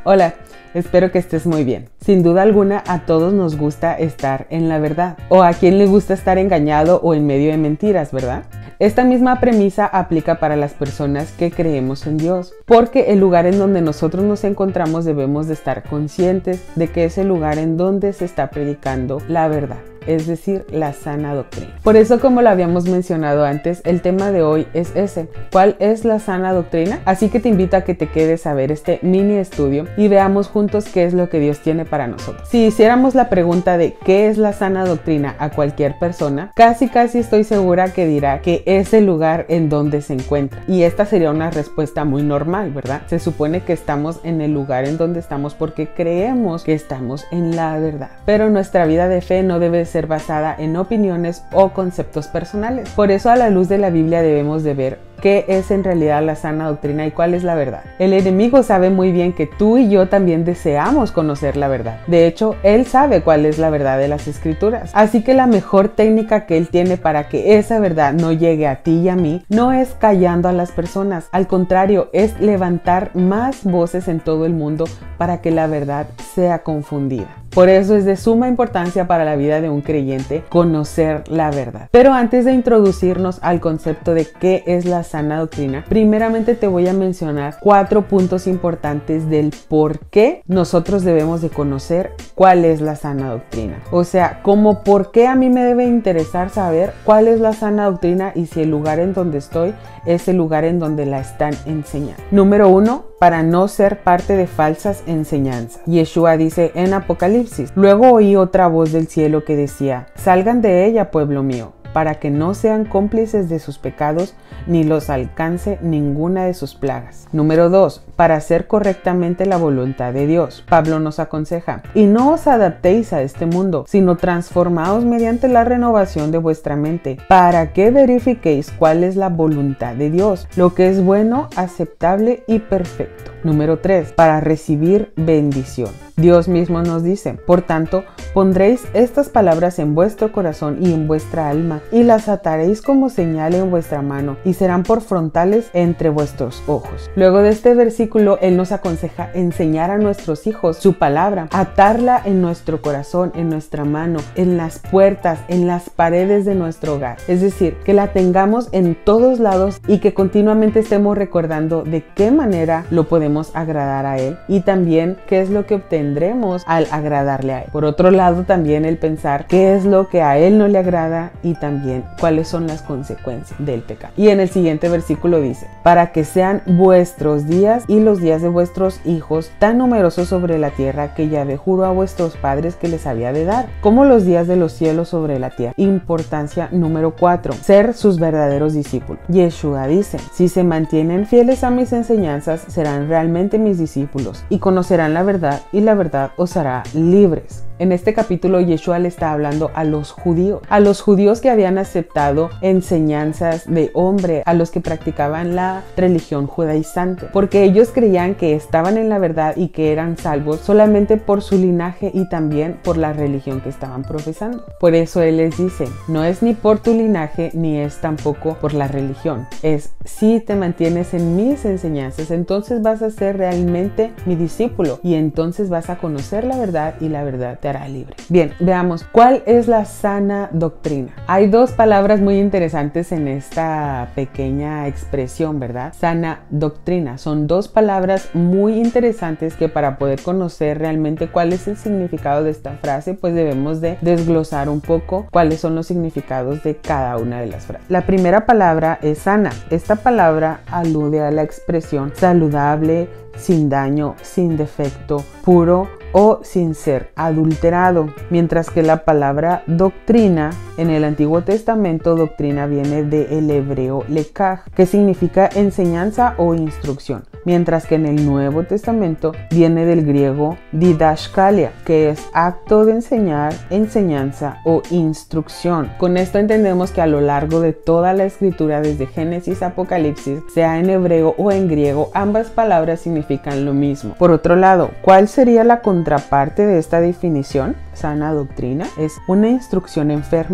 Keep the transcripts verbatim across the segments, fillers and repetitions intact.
Hola, espero que estés muy bien. Sin duda alguna, a todos nos gusta estar en la verdad. O a quien le gusta estar engañado o en medio de mentiras, ¿verdad? Esta misma premisa aplica para las personas que creemos en Dios, porque el lugar en donde nosotros nos encontramos debemos de estar conscientes de que es el lugar en donde se está predicando la verdad, es decir, la sana doctrina. Por eso, como lo habíamos mencionado antes, el tema de hoy es ese: ¿cuál es la sana doctrina? Así que te invito a que te quedes a ver este mini estudio y veamos juntos qué es lo que Dios tiene para nosotros. Si hiciéramos la pregunta de ¿qué es la sana doctrina? A cualquier persona, casi casi estoy segura que dirá que es el lugar en donde se encuentra. Y esta sería una respuesta muy normal, ¿verdad? Se supone que estamos en el lugar en donde estamos porque creemos que estamos en la verdad. Pero nuestra vida de fe no debe ser basada en opiniones o conceptos personales. Por eso, a la luz de la Biblia debemos de ver qué es en realidad la sana doctrina y cuál es la verdad. El enemigo sabe muy bien que tú y yo también deseamos conocer la verdad. De hecho, él sabe cuál es la verdad de las escrituras. Así que la mejor técnica que él tiene para que esa verdad no llegue a ti y a mí no es callando a las personas. Al contrario, es levantar más voces en todo el mundo para que la verdad sea confundida. Por eso es de suma importancia para la vida de un creyente conocer la verdad. Pero antes de introducirnos al concepto de qué es la sana doctrina, primeramente te voy a mencionar cuatro puntos importantes del por qué nosotros debemos de conocer cuál es la sana doctrina. O sea, como por qué a mí me debe interesar saber cuál es la sana doctrina y si el lugar en donde estoy es el lugar en donde la están enseñando. Número uno, para no ser parte de falsas enseñanzas. Yeshua dice en Apocalipsis: luego oí otra voz del cielo que decía: salgan de ella, pueblo mío, para que no sean cómplices de sus pecados ni los alcance ninguna de sus plagas. Número dos, para hacer correctamente la voluntad de Dios. Pablo nos aconseja: y no os adaptéis a este mundo, sino transformaos mediante la renovación de vuestra mente, para que verifiquéis cuál es la voluntad de Dios, lo que es bueno, aceptable y perfecto. Número tres, para recibir bendición. Dios mismo nos dice: por tanto, pondréis estas palabras en vuestro corazón y en vuestra alma, y las ataréis como señal en vuestra mano, y serán por frontales entre vuestros ojos. Luego de este versículo, Él nos aconseja enseñar a nuestros hijos su palabra, atarla en nuestro corazón, en nuestra mano, en las puertas, en las paredes de nuestro hogar. Es decir, que la tengamos en todos lados y que continuamente estemos recordando de qué manera lo podemos agradar a Él y también qué es lo que obtendremos al agradarle a Él. Por otro lado, también el pensar qué es lo que a Él no le agrada y también cuáles son las consecuencias del pecado. Y en el siguiente versículo dice: para que sean vuestros días y los días de vuestros hijos tan numerosos sobre la tierra que Yahvé juró a vuestros padres que les había de dar, como los días de los cielos sobre la tierra. Importancia número cuatro, ser sus verdaderos discípulos. Yeshua dice: si se mantienen fieles a mis enseñanzas, serán realmente mis discípulos y conocerán la verdad, y la verdad os hará libres. En este capítulo, Yeshua le está hablando a los judíos, a los judíos que habían aceptado enseñanzas de hombre, a los que practicaban la religión judaizante, porque ellos creían que estaban en la verdad y que eran salvos solamente por su linaje y también por la religión que estaban profesando. Por eso Él les dice: no es ni por tu linaje ni es tampoco por la religión, es si te mantienes en mis enseñanzas, entonces vas a ser realmente mi discípulo y entonces vas a conocer la verdad y la verdad te hará libre. Bien, veamos cuál es la sana doctrina. Hay dos palabras muy interesantes en esta pequeña expresión, ¿verdad? Sana doctrina. Son dos palabras muy interesantes que, para poder conocer realmente cuál es el significado de esta frase, pues debemos de desglosar un poco cuáles son los significados de cada una de las frases. La primera palabra es sana. Esta palabra alude a la expresión saludable, sin daño, sin defecto, puro o sin ser adulterado, mientras que la palabra doctrina en el Antiguo Testamento, doctrina viene del hebreo lekaj, que significa enseñanza o instrucción, mientras que en el Nuevo Testamento viene del griego didascalia, que es acto de enseñar, enseñanza o instrucción. Con esto entendemos que a lo largo de toda la escritura, desde Génesis a Apocalipsis, sea en hebreo o en griego, ambas palabras significan lo mismo. Por otro lado, ¿cuál sería la contraparte de esta definición? Sana doctrina es una instrucción enferma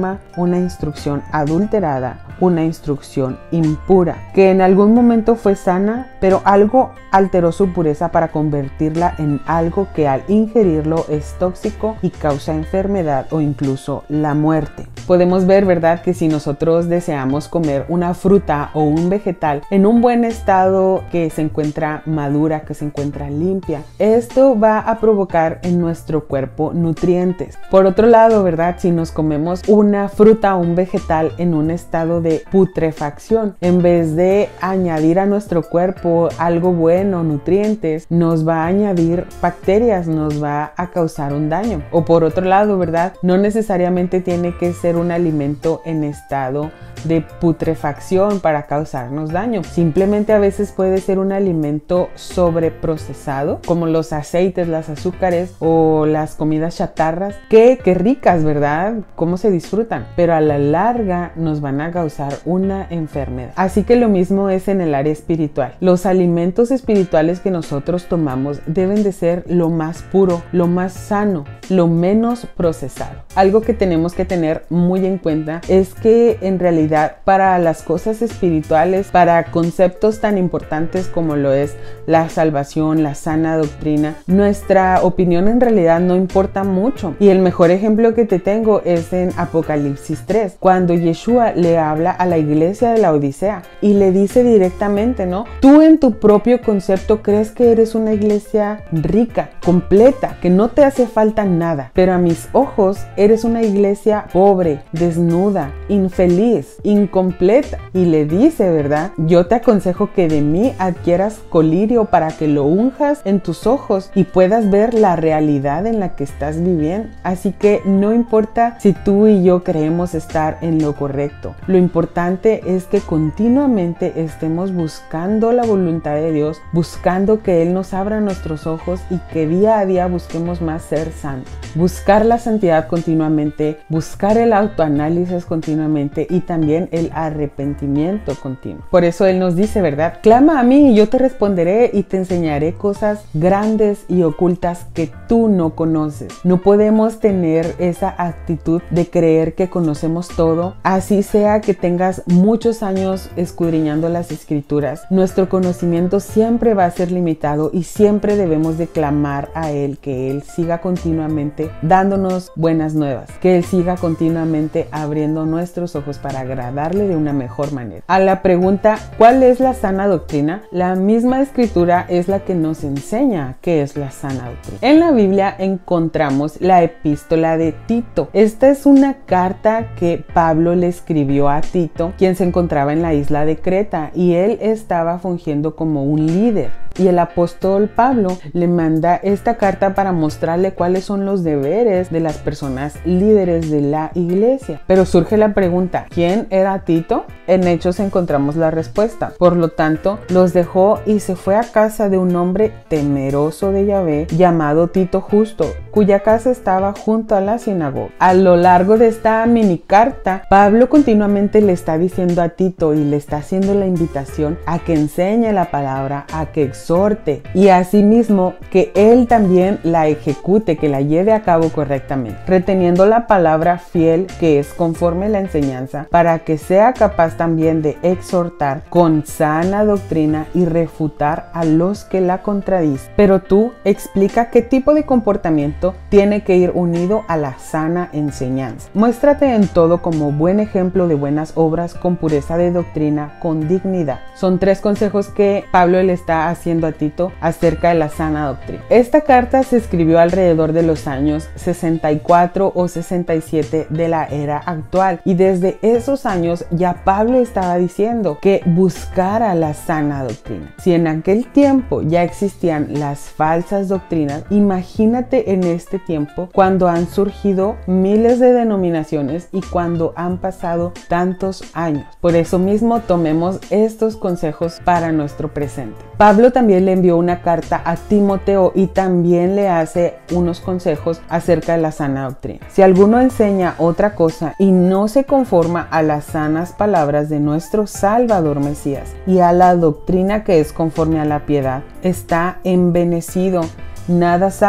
nueva, una instrucción adulterada, una instrucción impura, que en algún momento fue sana, pero algo alteró su pureza para convertirla en algo que al ingerirlo es tóxico y causa enfermedad o incluso la muerte. Podemos ver, ¿verdad?, que si nosotros deseamos comer una fruta o un vegetal en un buen estado, que se encuentra madura, que se encuentra limpia, esto va a provocar en nuestro cuerpo nutrientes. Por otro lado, ¿verdad?, si nos comemos una fruta o un vegetal en un estado de putrefacción, en vez de añadir a nuestro cuerpo algo bueno, nutrientes, nos va a añadir bacterias, nos va a causar un daño. O por otro lado, ¿verdad?, no necesariamente tiene que ser un alimento en estado de putrefacción para causarnos daño. Simplemente a veces puede ser un alimento sobreprocesado, como los aceites, las azúcares o las comidas chatarras, que, que ricas, ¿verdad?, cómo se disfrutan, pero a la larga nos van a causar una enfermedad. Así que lo mismo es en el área espiritual. Los alimentos espirituales que nosotros tomamos deben de ser lo más puro, lo más sano, lo menos procesado. Algo que tenemos que tener muy en cuenta es que en realidad para las cosas espirituales, para conceptos tan importantes como lo es la salvación, la sana doctrina, nuestra opinión en realidad no importa mucho. Y el mejor ejemplo que te tengo es en Apocalipsis tres, cuando Yeshua le habla a la iglesia de la Odisea y le dice directamente, ¿no? Tú en tu propio concepto crees que eres una iglesia rica, completa, que no te hace falta nada, pero a mis ojos eres una iglesia pobre, desnuda, infeliz, incompleta. Y le dice, ¿verdad?, yo te aconsejo que de mí adquieras colirio para que lo unjas en tus ojos y puedas ver la realidad en la que estás viviendo. Así que no importa si tú y yo creemos estar en lo correcto, lo importante es que continuamente estemos buscando la voluntad de Dios, buscando que Él nos abra nuestros ojos y que día a día busquemos más ser santos, buscar la santidad continuamente, buscar el autoanálisis continuamente y también el arrepentimiento continuo. Por eso Él nos dice, ¿verdad?, clama a mí y yo te responderé y te enseñaré cosas grandes y ocultas que tú no conoces. No podemos tener esa actitud de creer que conocemos todo, así sea que tengas muchos años escudriñando las escrituras. Nuestro conocimiento siempre va a ser limitado y siempre debemos de clamar a Él, que Él siga continuamente dándonos buenas nuevas, que Él siga continuamente abriendo nuestros ojos para agradarle de una mejor manera. A la pregunta, ¿cuál es la sana doctrina?, la misma escritura es la que nos enseña qué es la sana doctrina. En la Biblia encontramos la epístola de Tito. Esta es una carta que Pablo le escribió a Tito, quien se encontraba en la isla de Creta, y él estaba fungiendo como un líder. Y el apóstol Pablo le manda esta carta para mostrarle cuáles son los deberes de las personas líderes de la iglesia. Pero surge la pregunta, ¿quién era Tito? En Hechos encontramos la respuesta. Por lo tanto, los dejó y se fue a casa de un hombre temeroso de Yahvé llamado Tito Justo, cuya casa estaba junto a la sinagoga. A lo largo de esta mini carta, Pablo continuamente le está diciendo a Tito y le está haciendo la invitación a que enseñe la palabra, a que exhorte y asimismo que él también la ejecute, que la lleve a cabo correctamente, reteniendo la palabra fiel que es conforme a la enseñanza, para que sea capaz también de exhortar con sana doctrina y refutar a los que la contradicen. Pero tú explica qué tipo de comportamiento tiene que ir unido a la sana enseñanza. Muéstrate en todo como buen ejemplo de buenas obras, con pureza de doctrina, con dignidad. Son tres consejos que Pablo le está haciendo a Tito acerca de la sana doctrina. Esta carta se escribió alrededor de los años sesenta y cuatro o sesenta y siete de la era actual, y desde esos años ya Pablo estaba diciendo que buscara la sana doctrina. Si en aquel tiempo ya existían las falsas doctrinas, imagínate en este tiempo cuando han surgido miles de denominaciones y cuando han pasado tantos años. Por eso mismo tomemos estos consejos para nuestro presente. Pablo también le envió una carta a Timoteo y también le hace unos consejos acerca de la sana doctrina. Si alguno enseña otra cosa y no se conforma a las sanas palabras de nuestro Salvador Mesías y a la doctrina que es conforme a la piedad, está envenecido, nada sabe,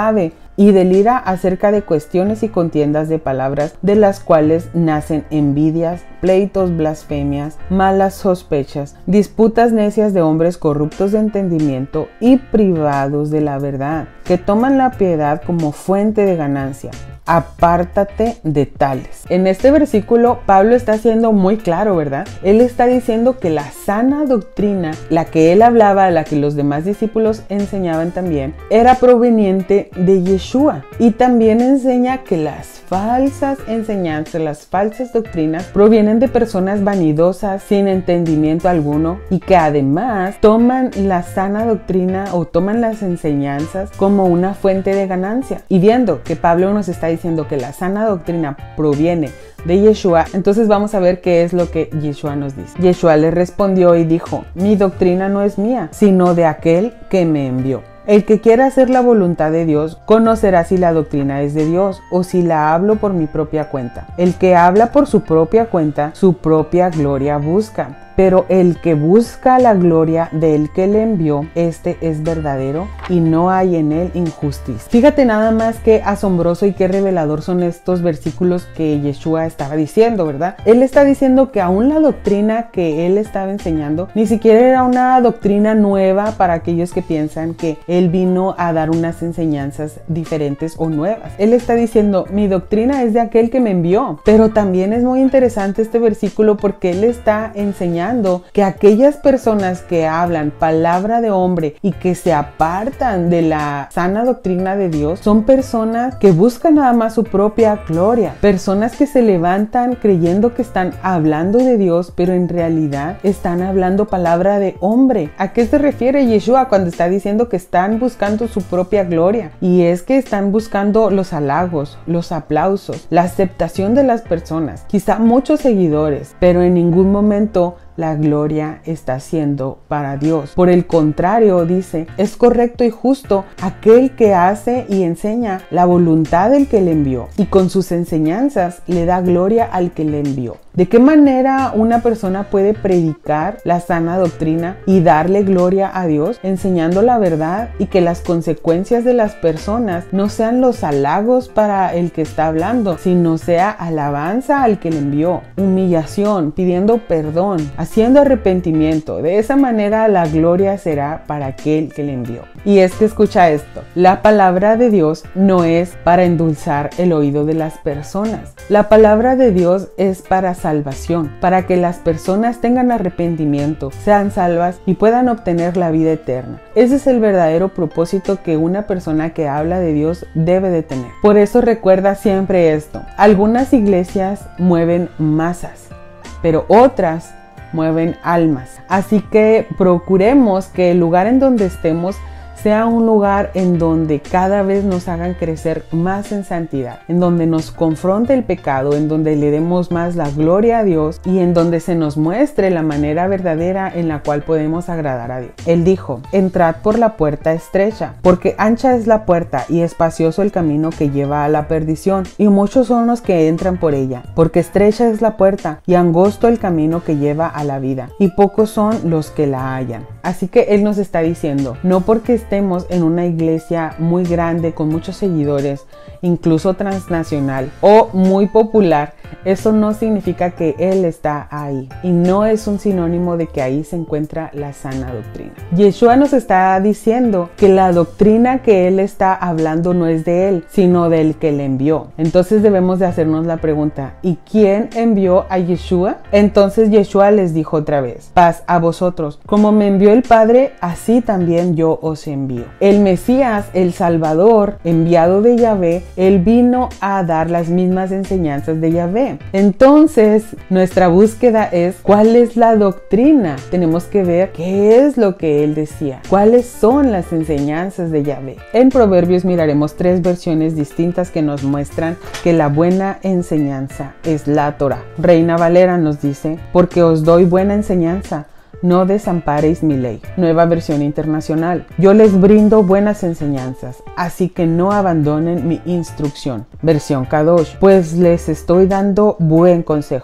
y del ira acerca de cuestiones y contiendas de palabras, de las cuales nacen envidias, pleitos, blasfemias, malas sospechas, disputas necias de hombres corruptos de entendimiento y privados de la verdad, que toman la piedad como fuente de ganancia. Apártate de tales. En este versículo Pablo está siendo muy claro, ¿verdad? Él está diciendo que la sana doctrina, la que él hablaba, la que los demás discípulos enseñaban también, era proveniente de Yeshua. Y también enseña que las falsas enseñanzas, las falsas doctrinas provienen de personas vanidosas sin entendimiento alguno y que además toman la sana doctrina o toman las enseñanzas como una fuente de ganancia. Y viendo que Pablo nos está diciendo que la sana doctrina proviene de Yeshua, entonces vamos a ver qué es lo que Yeshua nos dice. Yeshua le respondió y dijo: mi doctrina no es mía, sino de aquel que me envió. El que quiera hacer la voluntad de Dios conocerá si la doctrina es de Dios o si la hablo por mi propia cuenta. El que habla por su propia cuenta, su propia gloria busca. Pero el que busca la gloria del que le envió, este es verdadero y no hay en él injusticia. Fíjate nada más qué asombroso y qué revelador son estos versículos que Yeshua estaba diciendo, ¿verdad? Él está diciendo que aún la doctrina que él estaba enseñando ni siquiera era una doctrina nueva para aquellos que piensan que él vino a dar unas enseñanzas diferentes o nuevas. Él está diciendo: mi doctrina es de aquel que me envió. Pero también es muy interesante este versículo porque él está enseñando que aquellas personas que hablan palabra de hombre y que se apartan de la sana doctrina de Dios son personas que buscan nada más su propia gloria, personas que se levantan creyendo que están hablando de Dios, pero en realidad están hablando palabra de hombre. ¿A qué se refiere Yeshua cuando está diciendo que están buscando su propia gloria? Y es que están buscando los halagos, los aplausos, la aceptación de las personas, quizá muchos seguidores, pero en ningún momento la gloria está siendo para Dios. Por el contrario, dice, es correcto y justo aquel que hace y enseña la voluntad del que le envió y con sus enseñanzas le da gloria al que le envió. ¿De qué manera una persona puede predicar la sana doctrina y darle gloria a Dios? Enseñando la verdad y que las consecuencias de las personas no sean los halagos para el que está hablando, sino sea alabanza al que le envió, humillación, pidiendo perdón, haciendo arrepentimiento. De esa manera la gloria será para aquel que le envió. Y es que escucha esto, la palabra de Dios no es para endulzar el oído de las personas. La palabra de Dios es para salvación, para que las personas tengan arrepentimiento, sean salvas y puedan obtener la vida eterna. Ese es el verdadero propósito que una persona que habla de Dios debe de tener. Por eso recuerda siempre esto, algunas iglesias mueven masas, pero otras mueven almas. Así que procuremos que el lugar en donde estemos sea un lugar en donde cada vez nos hagan crecer más en santidad, en donde nos confronte el pecado, en donde le demos más la gloria a Dios y en donde se nos muestre la manera verdadera en la cual podemos agradar a Dios. Él dijo: entrad por la puerta estrecha, porque ancha es la puerta y espacioso el camino que lleva a la perdición, y muchos son los que entran por ella, porque estrecha es la puerta y angosto el camino que lleva a la vida, y pocos son los que la hallan. Así que Él nos está diciendo, no porque estemos en una iglesia muy grande con muchos seguidores, incluso transnacional o muy popular, eso no significa que Él está ahí, y no es un sinónimo de que ahí se encuentra la sana doctrina. Yeshua nos está diciendo que la doctrina que Él está hablando no es de Él, sino del que le envió. Entonces debemos de hacernos la pregunta, ¿y quién envió a Yeshua? Entonces Yeshua les dijo otra vez, paz a vosotros, como me envió el Padre, así también yo os envío. El Mesías, el Salvador, enviado de Yahvé, Él vino a dar las mismas enseñanzas de Yahvé. Entonces, nuestra búsqueda es ¿cuál es la doctrina? Tenemos que ver qué es lo que Él decía, cuáles son las enseñanzas de Yahvé. En Proverbios miraremos tres versiones distintas que nos muestran que la buena enseñanza es la Torah. Reina Valera nos dice, porque os doy buena enseñanza, no desamparéis mi ley. Nueva versión internacional. Yo les brindo buenas enseñanzas, así que no abandonen mi instrucción. Versión Kadosh. Pues les estoy dando buen consejo.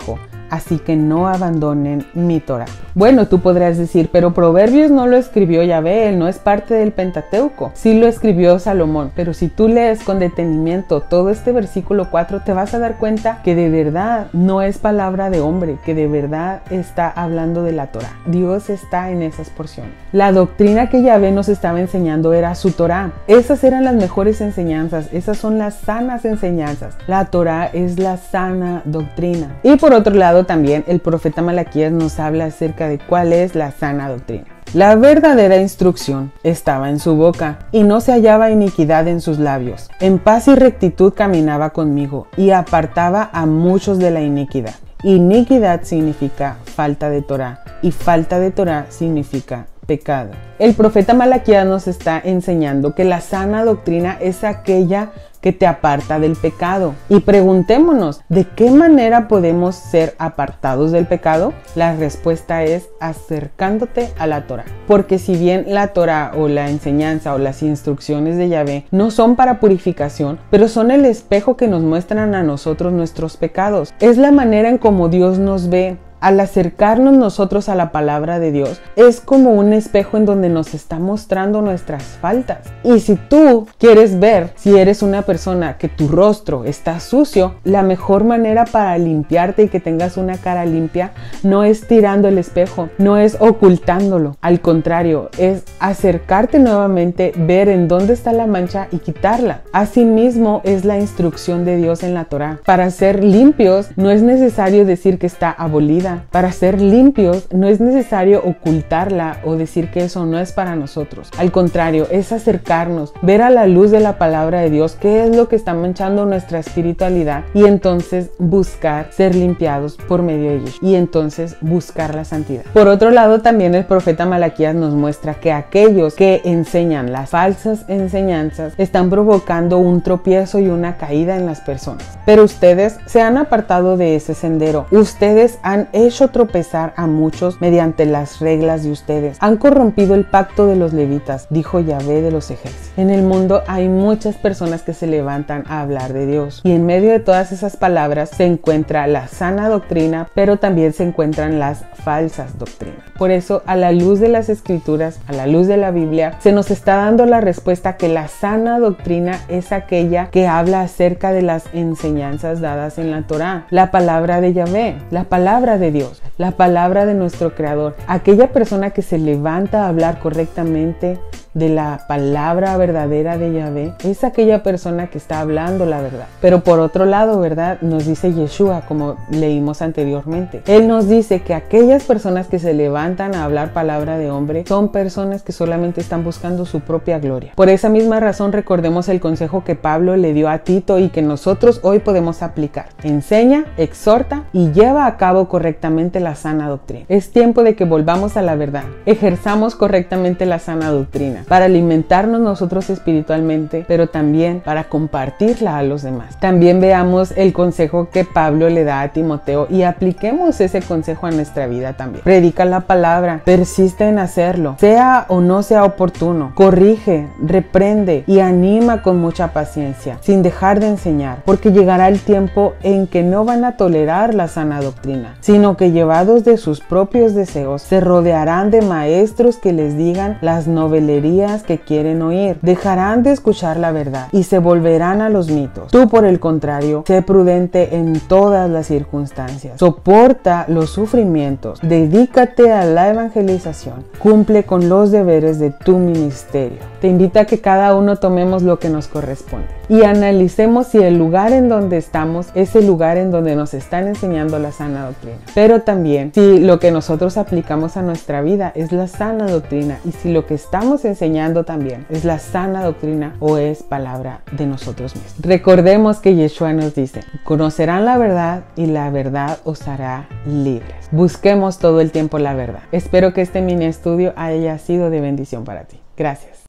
así que no abandonen mi Torá. Bueno, tú podrás decir, pero Proverbios no lo escribió Yahvé, él no es parte del Pentateuco. Sí lo escribió Salomón, pero si tú lees con detenimiento todo este versículo cuatro, te vas a dar cuenta que de verdad no es palabra de hombre, que de verdad está hablando de la Torá. Dios está en esas porciones. La doctrina que Yahvé nos estaba enseñando era su Torá. Esas eran las mejores enseñanzas, esas son las sanas enseñanzas. La Torá es la sana doctrina. Y por otro lado también el profeta Malaquías nos habla acerca de cuál es la sana doctrina. La verdadera instrucción estaba en su boca, y no se hallaba iniquidad en sus labios. En paz y rectitud caminaba conmigo, y apartaba a muchos de la iniquidad. Iniquidad significa falta de Torá, y falta de Torá significa pecado. El profeta Malaquías nos está enseñando que la sana doctrina es aquella que te aparta del pecado. Y preguntémonos, ¿de qué manera podemos ser apartados del pecado? La respuesta es acercándote a la Torá. Porque si bien la Torá o la enseñanza o las instrucciones de Yahvé no son para purificación, pero son el espejo que nos muestran a nosotros nuestros pecados. Es la manera en cómo Dios nos ve. Al acercarnos nosotros a la palabra de Dios, es como un espejo en donde nos está mostrando nuestras faltas. Y si tú quieres ver si eres una persona que tu rostro está sucio, la mejor manera para limpiarte y que tengas una cara limpia no es tirando el espejo, no es ocultándolo. Al contrario, es acercarte nuevamente, ver en dónde está la mancha y quitarla. Asimismo, es la instrucción de Dios en la Torá. Para ser limpios, no es necesario decir que está abolida. Para ser limpios no es necesario ocultarla o decir que eso no es para nosotros. Al contrario, es acercarnos, ver a la luz de la palabra de Dios qué es lo que está manchando nuestra espiritualidad y entonces buscar ser limpiados por medio de ellos y entonces buscar la santidad. Por otro lado, también el profeta Malaquías nos muestra que aquellos que enseñan las falsas enseñanzas están provocando un tropiezo y una caída en las personas. Pero ustedes se han apartado de ese sendero. Ustedes han hecho tropezar a muchos mediante las reglas de ustedes. Han corrompido el pacto de los levitas, dijo Yahvé de los ejércitos. En el mundo hay muchas personas que se levantan a hablar de Dios y en medio de todas esas palabras se encuentra la sana doctrina, pero también se encuentran las falsas doctrinas. Por eso, a la luz de las escrituras, a la luz de la Biblia, se nos está dando la respuesta que la sana doctrina es aquella que habla acerca de las enseñanzas dadas en la Torá, la palabra de Yahvé, la palabra de Dios, la palabra de nuestro Creador. Aquella persona que se levanta a hablar correctamente de la palabra verdadera de Yahvé es aquella persona que está hablando la verdad. Pero por otro lado, ¿verdad? Nos dice Yeshua, como leímos anteriormente. Él nos dice que aquellas personas que se levantan a hablar palabra de hombre son personas que solamente están buscando su propia gloria. Por esa misma razón, recordemos el consejo que Pablo le dio a Tito y que nosotros hoy podemos aplicar. Enseña, exhorta y lleva a cabo correctamente la sana doctrina. Es tiempo de que volvamos a la verdad. Ejerzamos correctamente la sana doctrina, para alimentarnos nosotros espiritualmente, pero también para compartirla a los demás. También veamos el consejo que Pablo le da a Timoteo y apliquemos ese consejo a nuestra vida también. Predica la palabra, persiste en hacerlo, sea o no sea oportuno, corrige, reprende y anima con mucha paciencia, sin dejar de enseñar, porque llegará el tiempo en que no van a tolerar la sana doctrina, sino que llevados de sus propios deseos, se rodearán de maestros que les digan las novelerías que quieren oír, dejarán de escuchar la verdad y se volverán a los mitos. Tú, por el contrario, sé prudente en todas las circunstancias, soporta los sufrimientos, dedícate a la evangelización, cumple con los deberes de tu ministerio. Te invito a que cada uno tomemos lo que nos corresponde y analicemos si el lugar en donde estamos es el lugar en donde nos están enseñando la sana doctrina, pero también si lo que nosotros aplicamos a nuestra vida es la sana doctrina y si lo que estamos enseñando también es la sana doctrina o es palabra de nosotros mismos. Recordemos que Yeshua nos dice, conocerán la verdad y la verdad os hará libres. Busquemos todo el tiempo la verdad. Espero que este mini estudio haya sido de bendición para ti. Gracias.